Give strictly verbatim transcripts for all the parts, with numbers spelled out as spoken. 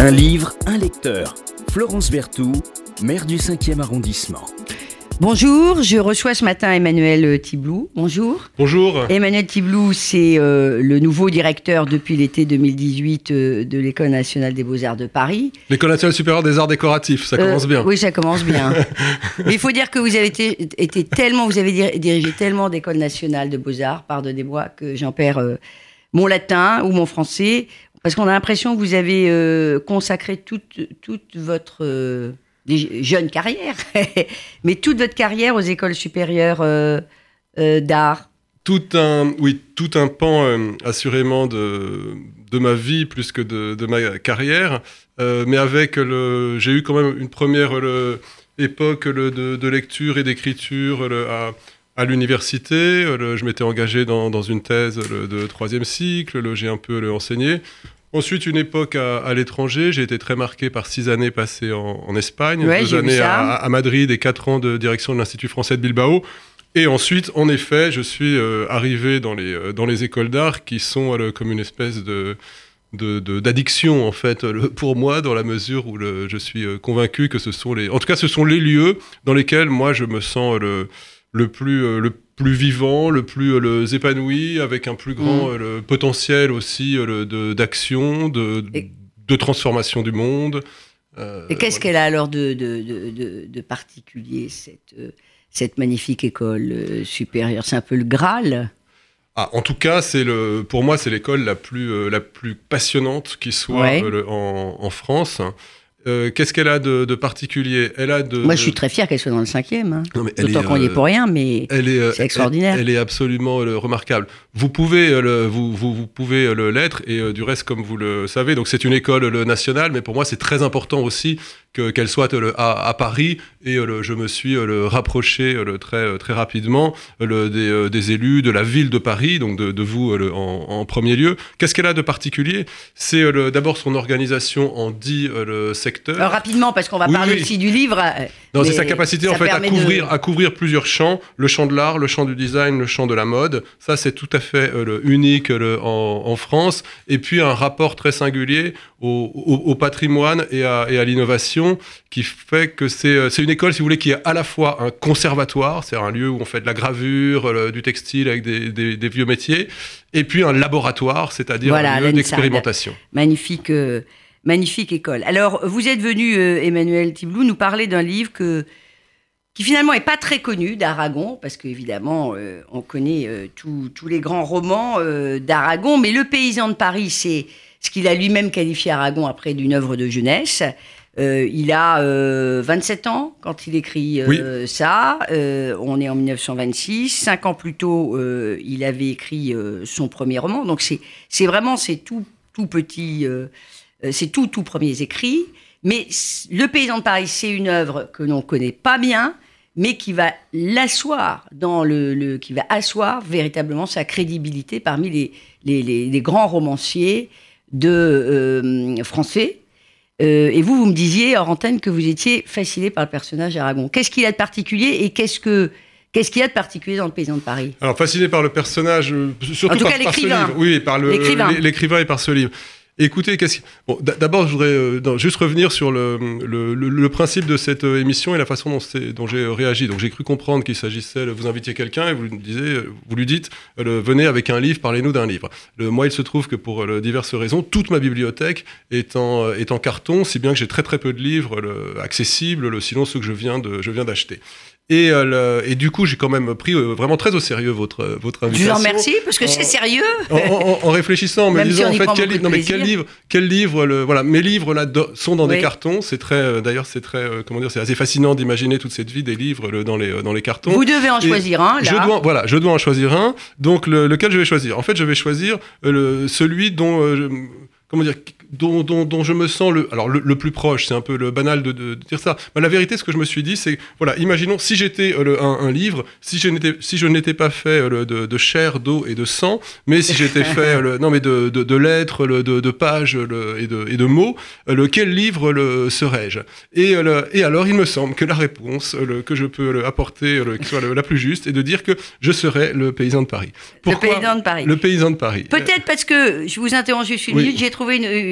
Un livre, un lecteur. Florence Berthoud, maire du cinquième arrondissement. Bonjour, je reçois ce matin Emmanuel Tiblou. Bonjour. Bonjour. Emmanuel Tiblou, c'est euh, le nouveau directeur depuis l'été deux mille dix-huit euh, de l'École nationale des beaux-arts de Paris. L'École nationale supérieure des arts décoratifs, ça commence euh, bien. Oui, ça commence bien. Mais il faut dire que vous avez été, été tellement, vous avez dir- dirigé tellement d'écoles nationales de beaux-arts, pardonnez-moi, que j'en perds euh, mon latin ou mon français, parce qu'on a l'impression que vous avez euh, consacré toute, toute votre... Euh, des jeunes carrières, mais toute votre carrière aux écoles supérieures euh, euh, d'art. Tout un, oui, tout un pan euh, assurément de, de ma vie plus que de, de ma carrière, euh, mais avec le, j'ai eu quand même une première le, époque le, de, de lecture et d'écriture le, à, à l'université. Le, je m'étais engagé dans, dans une thèse le, de troisième cycle, le, j'ai un peu le, enseigné. Ensuite, une époque à, à l'étranger. J'ai été très marqué par six années passées en, en Espagne, ouais, deux années à, à Madrid et quatre ans de direction de l'Institut français de Bilbao. Et ensuite, en effet, je suis euh, arrivé dans les, euh, dans les écoles d'art qui sont euh, comme une espèce de, de, de, d'addiction, en fait, le, pour moi, dans la mesure où le, je suis euh, convaincu que ce sont les... En tout cas, ce sont les lieux dans lesquels, moi, je me sens le, le plus... Euh, le plus vivant, le plus euh, le, épanoui, avec un plus grand mmh. euh, le potentiel aussi euh, le, de, d'action, de, et... de transformation du monde. Euh, et qu'est-ce voilà. qu'elle a alors de, de, de, de, de particulier, cette, euh, cette magnifique école euh, supérieure? C'est un peu le Graal? Ah, en tout cas, c'est le, pour moi, c'est l'école la plus, euh, la plus passionnante qui soit ouais. euh, le, en, en France. Euh, qu'est-ce qu'elle a de, de particulier? Elle a de, Moi, je suis très fier qu'elle soit dans le cinquième. Hein. Non, mais D'autant est, qu'on n'y est pour rien, mais elle est, c'est extraordinaire. Elle, elle est absolument euh, remarquable. Vous pouvez, euh, le, vous, vous, vous pouvez euh, le l'être, et euh, du reste, comme vous le savez, donc c'est une école le, nationale, mais pour moi, c'est très important aussi que, qu'elle soit le, à, à Paris, et euh, le, je me suis euh, le, rapproché euh, le, très, très rapidement le, des, euh, des élus de la ville de Paris, donc de, de vous euh, le, en, en premier lieu. Qu'est-ce qu'elle a de particulier? C'est euh, le, d'abord son organisation en dix euh, le secteurs. Alors, rapidement, parce qu'on va oui, parler oui. aussi du livre. Non, c'est sa capacité en fait à couvrir, de... à couvrir plusieurs champs, le champ de l'art, le champ du design, le champ de la mode. Ça, c'est tout à fait euh, le, unique le, en, en France. Et puis un rapport très singulier au, au, au patrimoine et à, et à l'innovation, qui fait que c'est, c'est une école, si vous voulez, qui est à la fois un conservatoire, c'est un lieu où on fait de la gravure, le, du textile avec des, des, des vieux métiers, et puis un laboratoire, c'est-à-dire voilà, un lieu d'expérimentation. Magnifique. Euh... Magnifique école. Alors, vous êtes venu, euh, Emmanuel Tiblou, nous parler d'un livre que, qui finalement n'est pas très connu d'Aragon, parce qu'évidemment, euh, on connaît euh, tous les grands romans euh, d'Aragon, mais Le Paysan de Paris, c'est ce qu'il a lui-même qualifié Aragon après d'une œuvre de jeunesse. Euh, il a euh, vingt-sept ans quand il écrit euh, oui. ça. Euh, on est en dix-neuf cent vingt-six. Cinq ans plus tôt, euh, il avait écrit euh, son premier roman. Donc, c'est, c'est vraiment, c'est tout, tout petit... Euh, C'est tout, tout premiers écrits. Mais Le Paysan de Paris, c'est une œuvre que l'on ne connaît pas bien, mais qui va l'asseoir, dans le, le, qui va asseoir véritablement sa crédibilité parmi les, les, les, les grands romanciers de, euh, français. Euh, et vous, vous me disiez, hors antenne, que vous étiez fasciné par le personnage d'Aragon. Qu'est-ce qu'il a de particulier et qu'est-ce que... Qu'est-ce qu'il y a de particulier dans Le Paysan de Paris? Alors, fasciné par le personnage, surtout en tout par, cas, l'écrivain. par ce livre. Oui, par le, l'écrivain. l'écrivain et par ce livre. Écoutez, qu'est-ce... Bon, d'abord, je voudrais euh, non, juste revenir sur le, le, le, le principe de cette euh, émission et la façon dont, c'est, dont j'ai euh, réagi. Donc, j'ai cru comprendre qu'il s'agissait, vous invitiez quelqu'un et vous lui, disiez, vous lui dites, euh, venez avec un livre, parlez-nous d'un livre. Le, moi, il se trouve que pour euh, diverses raisons, toute ma bibliothèque est en, euh, est en carton, si bien que j'ai très très peu de livres le, accessibles, le, sinon ceux que je viens, de, je viens d'acheter. Et, euh, le, et du coup, j'ai quand même pris euh, vraiment très au sérieux votre, votre invitation. Je vous remercie, parce que en, c'est sérieux. En, en, en réfléchissant, en me disant, si en fait, quel, li- non, mais quel livre, quel livre le, voilà, mes livres là sont dans oui. des cartons. C'est très, euh, d'ailleurs, c'est très, euh, comment dire, c'est assez fascinant d'imaginer toute cette vie des livres le, dans, les, euh, dans les cartons. Vous devez en et choisir un, là. Je dois, voilà, je dois en choisir un. Donc, le, lequel je vais choisir? En fait, je vais choisir euh, le, celui dont... Euh, je, comment dire, dont, dont, dont je me sens le, alors le, le plus proche, c'est un peu le banal de, de, de dire ça. Mais la vérité, ce que je me suis dit, c'est, voilà, imaginons si j'étais euh, le, un, un livre, si je n'étais, si je n'étais pas fait euh, le, de, de chair, d'eau et de sang, mais si j'étais fait, euh, le, non mais de, de, de lettres, le, de, de pages le, et, de, et de mots, euh, le, quel livre le, serais-je? Et, euh, le, et alors, il me semble que la réponse euh, le, que je peux le, apporter, le, qui soit le, la plus juste, est de dire que je serais le Paysan de Paris. Pourquoi le Paysan de Paris. Le Paysan de Paris. Peut-être parce que je vous interromps juste une oui. minute, j'ai trouvé une, une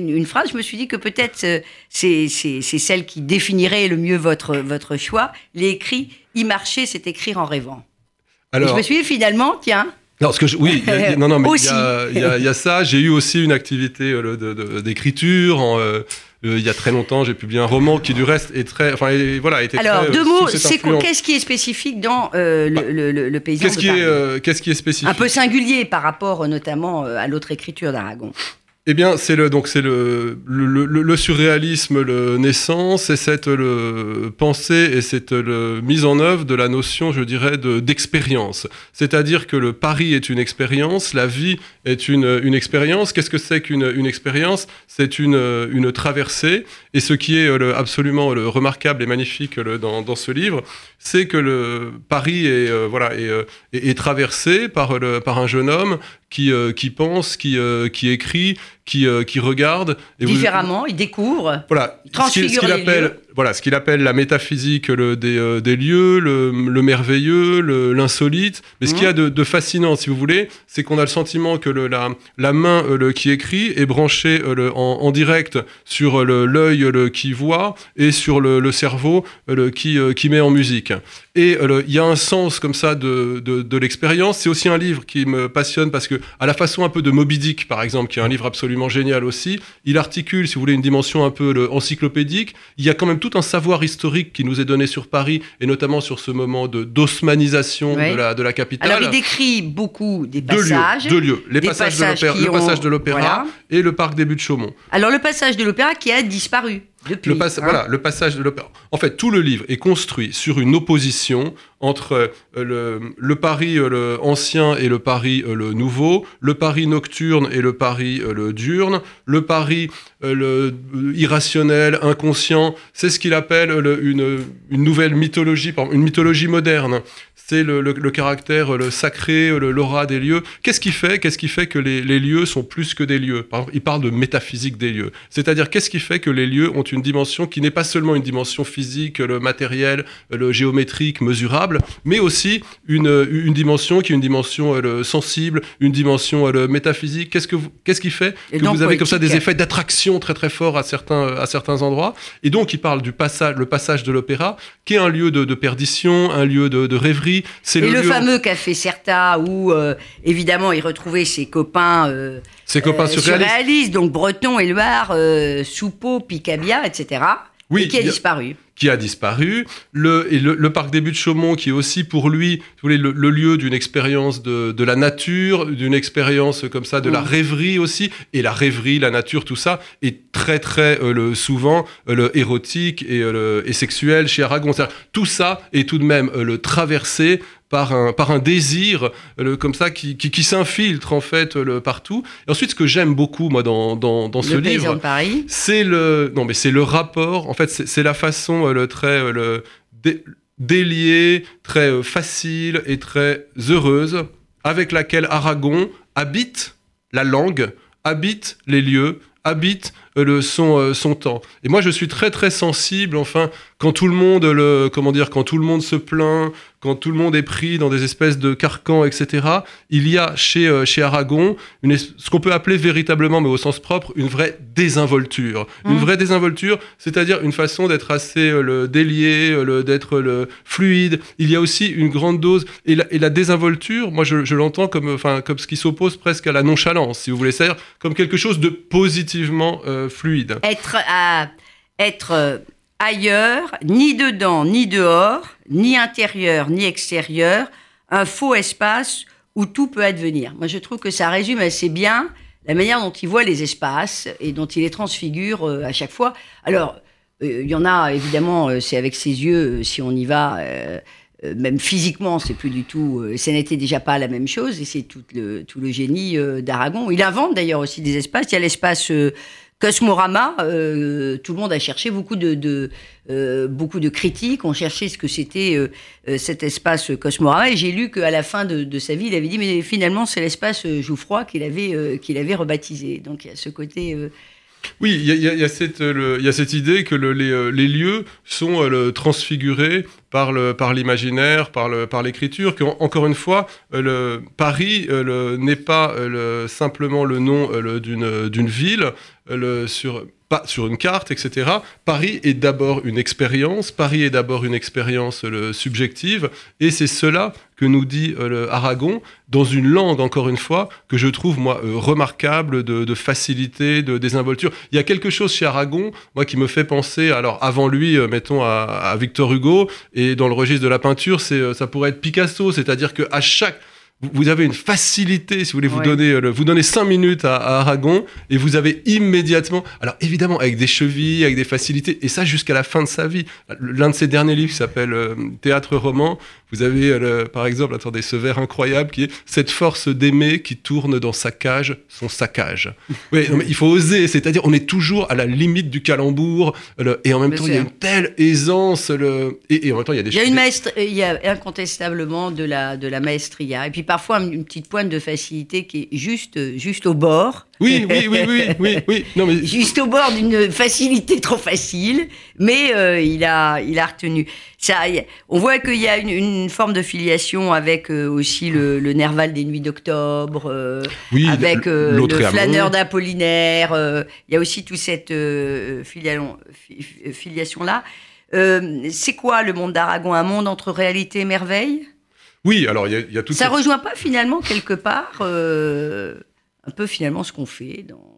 une, une phrase, je me suis dit que peut-être euh, c'est, c'est, c'est celle qui définirait le mieux votre, votre choix. Les écrits, y marcher, c'est écrire en rêvant. Alors, et je me suis dit finalement, tiens... Non, parce que je, oui, y a, y a, non, non, mais il y a, y, a, y a ça. J'ai eu aussi une activité euh, de, de, d'écriture. En, euh, euh, il y a très longtemps, j'ai publié un roman qui, du reste, est très, enfin, et, voilà, était Alors, très. Alors, deux euh, mots. C'est quoi, qu'est-ce qui est spécifique dans euh, le, bah, le, le, le paysan qu'est-ce de qui Paris est, euh, Qu'est-ce qui est spécifique ? Un peu singulier par rapport, notamment, à l'autre écriture d'Aragon. Eh bien, c'est le donc c'est le le, le le surréalisme le naissant, c'est cette le pensée et cette le mise en œuvre de la notion, je dirais, de d'expérience. C'est-à-dire que le Paris est une expérience, la vie est une une expérience. Qu'est-ce que c'est qu'une une expérience ? C'est une une traversée. Et ce qui est le, absolument le remarquable et magnifique le, dans dans ce livre, c'est que le Paris est euh, voilà est, est, est traversé par le par un jeune homme qui euh, qui pense, qui euh, qui écrit, qui euh, qui regarde et différemment, vous... il découvre, voilà, il transfigure ce qu'il, ce qu'il les appelle, lieux. Voilà, ce qu'il appelle la métaphysique le, des, euh, des lieux, le, le merveilleux, le, l'insolite. Mais mmh. ce qu'il y a de, de fascinant, si vous voulez, c'est qu'on a le sentiment que le, la, la main euh, le, qui écrit est branchée euh, le, en, en direct sur le, l'œil le, qui voit et sur le, le cerveau euh, le, qui, euh, qui met en musique. Et il euh, y a un sens comme ça de, de, de l'expérience. C'est aussi un livre qui me passionne parce que, à la façon un peu de Moby Dick, par exemple, qui est un livre absolument génial aussi, il articule, si vous voulez, une dimension un peu le, encyclopédique. Il y a quand même tout un savoir historique qui nous est donné sur Paris, et notamment sur ce moment de, d'osmanisation oui. de, la, de la capitale. Alors, il décrit beaucoup des passages. Deux lieux, deux lieux. Les passages passages de l'opéra, le passage de l'opéra voilà. et le parc des Buttes-Chaumont. Alors, le passage de l'opéra qui a disparu. Depuis, le, pass- hein. voilà, le passage de l'opéra. En fait, tout le livre est construit sur une opposition entre euh, le, le Paris euh, le ancien et le Paris euh, le nouveau, le Paris nocturne et le Paris euh, le diurne, le Paris euh, le, euh, irrationnel, inconscient. C'est ce qu'il appelle le, une, une nouvelle mythologie, pardon, une mythologie moderne. C'est le, le, le caractère le sacré, le, l'aura des lieux. Qu'est-ce qui fait, qu'est-ce qui fait que les, les lieux sont plus que des lieux ? Par exemple, il parle de métaphysique des lieux. C'est-à-dire, qu'est-ce qui fait que les lieux ont une dimension qui n'est pas seulement une dimension physique, le matériel, le géométrique, mesurable, mais aussi une, une dimension qui est une dimension le sensible, une dimension le métaphysique. Qu'est-ce, que vous, qu'est-ce qui fait que vous avez comme ça des effets d'attraction très très forts à certains, à certains endroits ? Et donc, il parle du passage, le passage de l'opéra, qui est un lieu de, de perdition, un lieu de, de rêverie. C'est et le, le lieu... fameux café Certa où, euh, évidemment, il retrouvait ses copains, euh, ses copains euh, surréalistes. surréalistes, donc Breton, Éluard, euh, Soupeau, Picabia, et cetera. Oui, et qui a, a disparu. Qui a disparu. Le, et le, le parc des Buttes-Chaumont, qui est aussi pour lui, vous voulez, le, le lieu d'une expérience de, de la nature, d'une expérience comme ça, de mmh. la rêverie aussi. Et la rêverie, la nature, tout ça est très, très euh, le, souvent euh, le érotique et, euh, le, et sexuel chez Aragon. C'est-à-dire, tout ça est tout de même euh, le traversé par un, par un désir le, comme ça qui, qui, qui s'infiltre en fait le, partout. Et ensuite, ce que j'aime beaucoup moi dans, dans, dans ce le livre, de Paris. c'est le non mais c'est le rapport. En fait, c'est, c'est la façon le très le dé, déliée, très facile et très heureuse avec laquelle Aragon habite la langue, habite les lieux, habite le son euh, son temps. Et moi je suis très très sensible enfin quand tout le monde le comment dire quand tout le monde se plaint, quand tout le monde est pris dans des espèces de carcans, et cetera. Il y a chez euh, chez Aragon une ce qu'on peut appeler véritablement, mais au sens propre, une vraie désinvolture. Mmh. Une vraie désinvolture, c'est-à-dire une façon d'être assez euh, le délié, le, d'être le fluide. Il y a aussi une grande dose et la, et la désinvolture. Moi je, je l'entends comme enfin comme ce qui s'oppose presque à la nonchalance, si vous voulez, c'est-à-dire comme quelque chose de positivement euh, fluide. Être à être euh, ailleurs, ni dedans, ni dehors, ni intérieur, ni extérieur, un faux espace où tout peut advenir. Moi, je trouve que ça résume assez bien la manière dont il voit les espaces et dont il les transfigure euh, à chaque fois. Alors, il euh, y en a, évidemment, euh, c'est avec ses yeux, euh, si on y va... Euh, Euh, même physiquement, c'est plus du tout... Euh, ça n'était déjà pas la même chose, et c'est tout le, tout le génie euh, d'Aragon. Il invente d'ailleurs aussi des espaces. Il y a l'espace euh, Cosmorama. Euh, tout le monde a cherché, beaucoup de, de, euh, beaucoup de critiques ont cherché ce que c'était euh, euh, cet espace Cosmorama. Et j'ai lu qu'à la fin de, de sa vie, il avait dit, mais finalement, c'est l'espace Jouffroy qu'il avait, euh, qu'il avait rebaptisé. Donc il y a ce côté... Euh, Oui, il y, y, y, y a cette idée que le, les, les lieux sont euh, le, transfigurés par, le, par l'imaginaire, par, le, par l'écriture, qu'encore une fois, euh, le, Paris euh, le, n'est pas euh, le, simplement le nom euh, le, d'une, d'une ville, euh, le, sur... pas sur une carte, et cetera. Paris est d'abord une expérience, Paris est d'abord une expérience le, subjective, et c'est cela que nous dit euh, le Aragon, dans une langue, encore une fois, que je trouve, moi, euh, remarquable, de, de facilité, de désinvolture. Il y a quelque chose chez Aragon, moi, qui me fait penser, alors, avant lui, euh, mettons, à, à Victor Hugo, et dans le registre de la peinture, c'est, euh, ça pourrait être Picasso, c'est-à-dire qu'à chaque... Vous avez une facilité, si vous voulez, vous, ouais. donner, le, vous donnez cinq minutes à, à Aragon et vous avez immédiatement, alors évidemment avec des chevilles, avec des facilités, et ça jusqu'à la fin de sa vie. L'un de ses derniers livres s'appelle euh, Théâtre roman. Vous avez, euh, par exemple, attendez, ce vers incroyable qui est « Cette force d'aimer qui tourne dans sa cage, son saccage ». Oui, non, mais il faut oser, c'est-à-dire on est toujours à la limite du calembour, le, et en même Bien temps, sûr. il y a une telle aisance, le, et, et en même temps, il y a des... Il y a, une maestre, il y a incontestablement de la, de la maestria, et puis parfois une petite pointe de facilité qui est juste, juste au bord. Oui, oui, oui, oui, oui, oui. Non, mais... Juste au bord d'une facilité trop facile, mais euh, il, a, il a retenu. Ça, on voit qu'il y a une, une forme de filiation avec euh, aussi le, le Nerval des Nuits d'Octobre, euh, oui, avec euh, le Flâneur d'Apollinaire. Euh, il y a aussi toute cette euh, filiation, filiation-là. Euh, c'est quoi le monde d'Aragon? Un monde entre réalité et merveille? Oui, alors il y a, y a tout ça. Ça ne rejoint pas finalement quelque part euh, un peu finalement ce qu'on fait dans,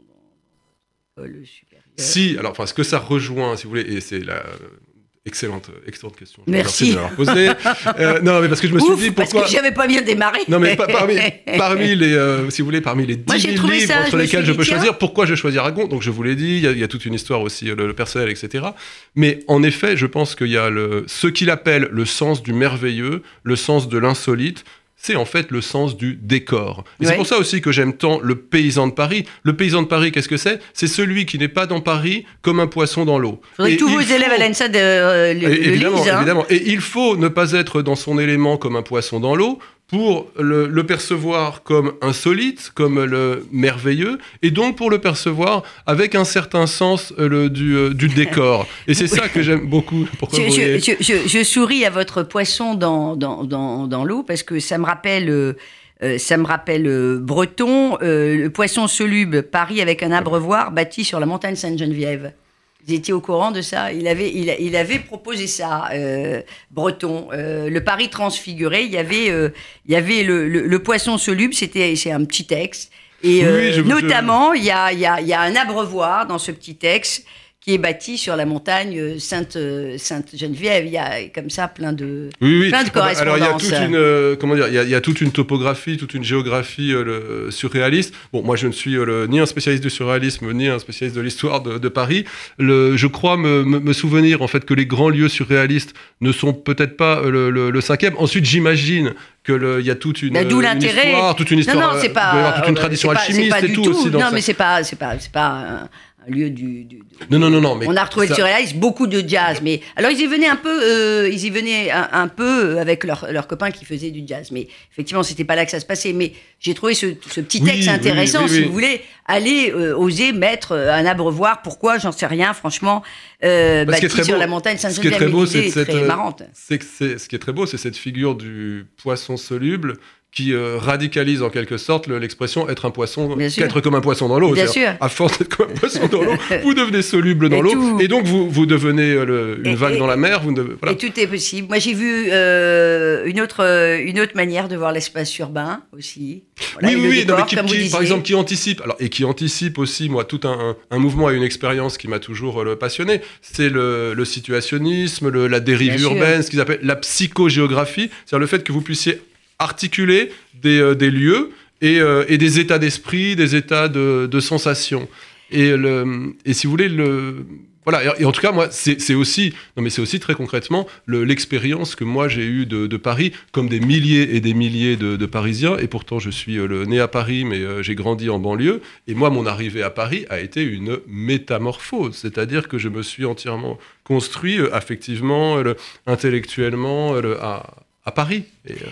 dans l'école supérieure? Si, alors enfin, ce que ça rejoint, si vous voulez, et c'est la... Excellente, excellente question. Merci. Merci de l'avoir posée. euh, non, mais parce que je me suis Ouf, dit pourquoi. Parce que j'avais pas bien démarré. Non, mais pa- parmi, parmi les, euh, si vous voulez, parmi les dix mille livres ça, entre je lesquels je peux dit, choisir, pourquoi je choisis Aragon? Donc je vous l'ai dit, il y, y a toute une histoire aussi, le, le personnel, et cetera. Mais en effet, je pense qu'il y a le, ce qu'il appelle le sens du merveilleux, le sens de l'insolite. C'est en fait le sens du décor. Et ouais. c'est pour ça aussi que j'aime tant le paysan de Paris. Le paysan de Paris, qu'est-ce que c'est? C'est celui qui n'est pas dans Paris comme un poisson dans l'eau. Faudrait que tous vos faut... élèves à l'ENSA de, euh, le, et, le évidemment, lisent. Hein. Évidemment. Et il faut ne pas être dans son élément comme un poisson dans l'eau pour le, le percevoir comme insolite, comme le merveilleux, et donc pour le percevoir avec un certain sens le, du, euh, du décor. Et c'est ça que j'aime beaucoup. Pourquoi je, vous je, je, je, je souris à votre poisson dans, dans, dans, dans l'eau, parce que ça me rappelle... Euh, Euh, ça me rappelle euh, Breton, euh, le poisson soluble, Paris avec un abreuvoir bâti sur la montagne Sainte-Geneviève. Vous étiez au courant de ça? Il avait, il, il avait proposé ça, euh, Breton. Euh, le Paris transfiguré, il y avait, euh, il y avait le, le, le poisson soluble, c'était, c'est un petit texte. Et euh, oui, notamment, il y a, il y a, il y a un abreuvoir dans ce petit texte qui est bâti sur la montagne Sainte, Sainte-Geneviève. Il y a comme ça plein de, oui, oui. plein de correspondances. Alors il y a toute une, euh, comment dire, il y, a, il y a toute une topographie, toute une géographie euh, le, surréaliste. Bon, moi je ne suis euh, le, ni un spécialiste du surréalisme, ni un spécialiste de l'histoire de, de Paris. Le, je crois me, me, me souvenir en fait que les grands lieux surréalistes ne sont peut-être pas euh, le, le, le cinquième. Ensuite, j'imagine qu'il y a toute une, d'où une histoire, toute une histoire, non, non, c'est pas, il doit y avoir toute une tradition pas, alchimiste pas et tout, tout aussi. Dans non, ça. mais c'est pas, c'est pas, c'est pas un, un lieu du, du, du. Non, non, non, non. Mais on a retrouvé ça... le surréalisme, beaucoup de jazz, mais alors ils y venaient un peu, euh, ils y venaient un, un peu avec leurs leurs copains qui faisaient du jazz, mais effectivement c'était pas là que ça se passait. Mais j'ai trouvé ce, ce petit texte oui, intéressant, oui, oui, oui, si oui. vous voulez aller euh, oser mettre un abreuvoir. Pourquoi? J'en sais rien, franchement. Euh, bâti sur beau, la montagne Sainte-Geneviève, ce qui est très beau, c'est très cette, marrante. C'est que c'est, ce qui est très beau, c'est cette figure du poisson soluble qui euh, radicalise en quelque sorte le, l'expression être un poisson, qu'être comme un poisson dans l'eau. Bien sûr. À force d'être comme un poisson dans l'eau, vous devenez soluble dans et l'eau, tout... et donc vous, vous devenez euh, le, une et, vague et, dans la mer. Vous ne, voilà. Et tout est possible. Moi, j'ai vu euh, une, autre, euh, une autre manière de voir l'espace urbain aussi. Voilà, oui, oui, oui. Décor, non, mais qui, qui, par exemple, qui anticipe, alors, et qui anticipe aussi, moi, tout un, un, un mouvement et une expérience qui m'a toujours euh, passionné, c'est le, le situationnisme, le, la dérive Bien urbaine, sûr. Ce qu'ils appellent la psychogéographie, c'est-à-dire le fait que vous puissiez articuler des, euh, des lieux et, euh, et des états d'esprit, des états de, de sensations. Et, le, et si vous voulez, le, voilà. Et, et en tout cas, moi, c'est, c'est aussi, non mais c'est aussi très concrètement le, l'expérience que moi j'ai eue de, de Paris, comme des milliers et des milliers de, de Parisiens. Et pourtant, je suis euh, le, né à Paris, mais euh, j'ai grandi en banlieue. Et moi, mon arrivée à Paris a été une métamorphose, c'est-à-dire que je me suis entièrement construit euh, affectivement, euh, intellectuellement, euh, à, à Paris. Et, euh,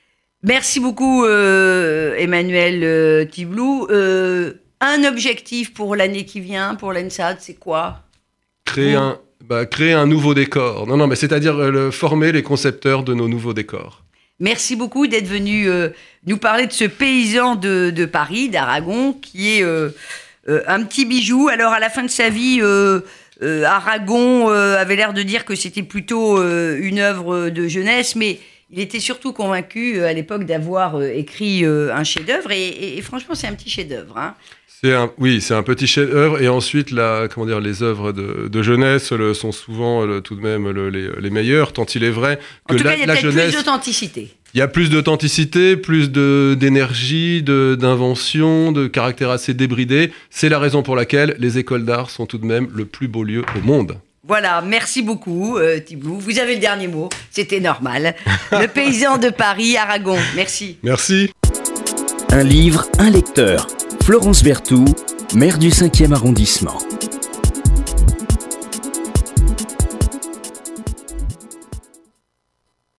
Merci beaucoup, euh, Emmanuel euh, Tiblou. Euh, un objectif pour l'année qui vient, pour l'ENSAD, c'est quoi? Créer un, bah, créer un nouveau décor. Non, non, mais c'est-à-dire euh, le, former les concepteurs de nos nouveaux décors. Merci beaucoup d'être venu euh, nous parler de ce paysan de, de Paris, d'Aragon, qui est euh, euh, un petit bijou. Alors, à la fin de sa vie, euh, euh, Aragon euh, avait l'air de dire que c'était plutôt euh, une œuvre de jeunesse, mais il était surtout convaincu euh, à l'époque d'avoir euh, écrit euh, un chef-d'œuvre. Et, et, et franchement, c'est un petit chef-d'œuvre, hein. C'est un, oui, c'est un petit chef-d'œuvre. Et ensuite, la, comment dire, les œuvres de, de jeunesse le, sont souvent le, tout de même le, les, les meilleures, tant il est vrai que en tout la, cas, il y a la peut-être jeunesse. plus d'authenticité. Il y a plus d'authenticité, plus de, d'énergie, de, d'invention, de caractère assez débridé. C'est la raison pour laquelle les écoles d'art sont tout de même le plus beau lieu au monde. Voilà, merci beaucoup euh, Thibault. Vous avez le dernier mot, c'était normal. Le paysan de Paris, Aragon. Merci. Merci. Un livre, un lecteur. Florence Berthoud, maire du cinquième arrondissement.